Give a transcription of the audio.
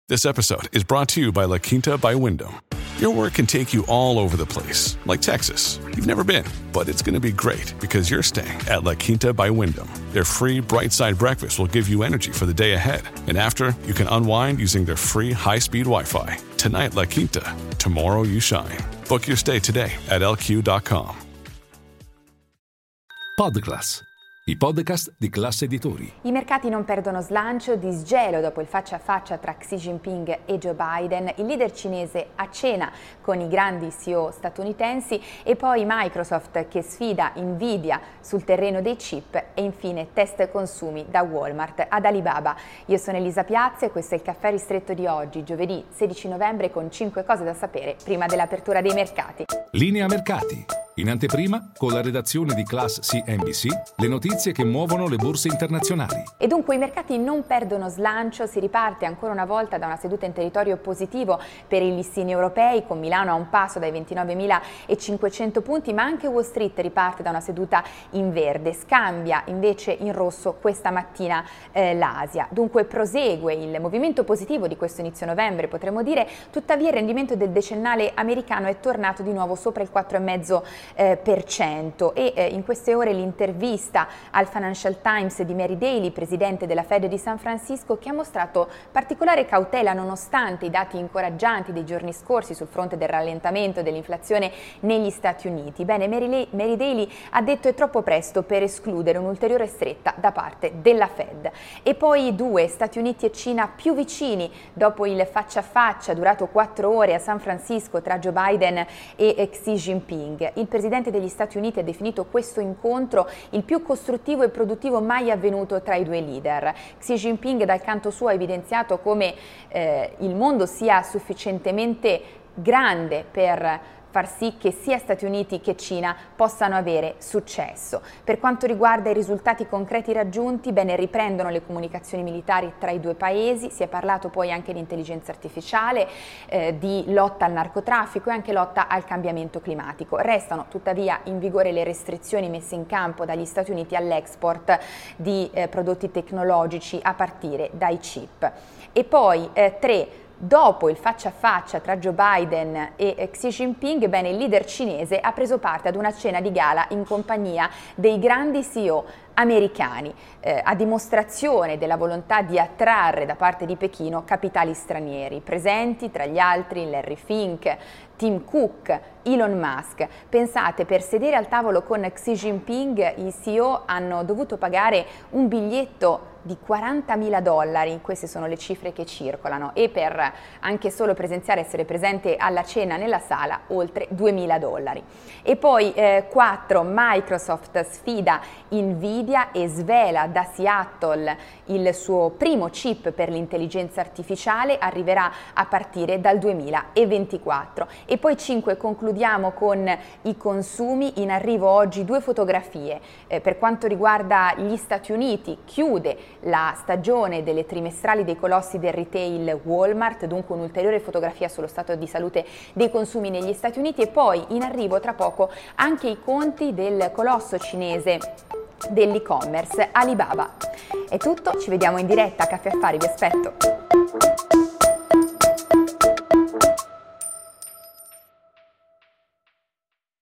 This episode is brought to you by La Quinta by Wyndham. Your work can take you all over the place, like Texas. You've never been, but it's going to be great because you're staying at La Quinta by Wyndham. Their free Bright Side breakfast will give you energy for the day ahead. And after, you can unwind using their free high-speed Wi-Fi. Tonight, La Quinta. Tomorrow, you shine. Book your stay today at lq.com. Podclass, i podcast di Class Editori. I mercati non perdono slancio, disgelo dopo il faccia a faccia tra Xi Jinping e Joe Biden, il leader cinese a cena con i grandi CEO statunitensi e poi Microsoft che sfida Nvidia sul terreno dei chip e infine test consumi da Walmart ad Alibaba. Io sono Elisa Piazza e questo è il caffè ristretto di oggi, giovedì 16 novembre con 5 cose da sapere prima dell'apertura dei mercati. Linea mercati. In anteprima, con la redazione di Class CNBC, le notizie che muovono le borse internazionali. E dunque i mercati non perdono slancio, si riparte ancora una volta da una seduta in territorio positivo per i listini europei, con Milano a un passo dai 29.500 punti, ma anche Wall Street riparte da una seduta in verde, scambia invece in rosso questa mattina l'Asia. Dunque prosegue il movimento positivo di questo inizio novembre, potremmo dire, tuttavia il rendimento del decennale americano è tornato di nuovo sopra il 4,5%. E in queste ore l'intervista al Financial Times di Mary Daly, presidente della Fed di San Francisco, che ha mostrato particolare cautela nonostante i dati incoraggianti dei giorni scorsi sul fronte del rallentamento dell'inflazione negli Stati Uniti. Bene, Mary Daly ha detto è troppo presto per escludere un'ulteriore stretta da parte della Fed. E poi due, Stati Uniti e Cina più vicini dopo il faccia a faccia durato 4 ore a San Francisco tra Joe Biden e Xi Jinping. Il presidente degli Stati Uniti ha definito questo incontro il più costruttivo e produttivo mai avvenuto tra i due leader. Xi Jinping dal canto suo ha evidenziato come il mondo sia sufficientemente grande per far sì che sia Stati Uniti che Cina possano avere successo. Per quanto riguarda i risultati concreti raggiunti, bene, riprendono le comunicazioni militari tra i due paesi, si è parlato poi anche di intelligenza artificiale, di lotta al narcotraffico e anche lotta al cambiamento climatico. Restano tuttavia in vigore le restrizioni messe in campo dagli Stati Uniti all'export di prodotti tecnologici a partire dai chip. E poi 3. Dopo il faccia a faccia tra Joe Biden e Xi Jinping, bene, il leader cinese ha preso parte ad una cena di gala in compagnia dei grandi CEO americani, a dimostrazione della volontà di attrarre da parte di Pechino capitali stranieri, presenti tra gli altri Larry Fink, Tim Cook, Elon Musk. Pensate, per sedere al tavolo con Xi Jinping i CEO hanno dovuto pagare un biglietto di $40.000, queste sono le cifre che circolano, e per anche solo presenziare, essere presente alla cena nella sala, oltre $2.000. E poi 4, Microsoft sfida Nvidia e svela da Seattle il suo primo chip per l'intelligenza artificiale, arriverà a partire dal 2024. E poi 5, concludiamo con i consumi, in arrivo oggi 2 fotografie. Per quanto riguarda gli Stati Uniti, chiude la stagione delle trimestrali dei colossi del retail Walmart, dunque un'ulteriore fotografia sullo stato di salute dei consumi negli Stati Uniti, e poi in arrivo tra poco anche i conti del colosso cinese dell'e-commerce Alibaba. È tutto, ci vediamo in diretta a Caffè Affari, vi aspetto.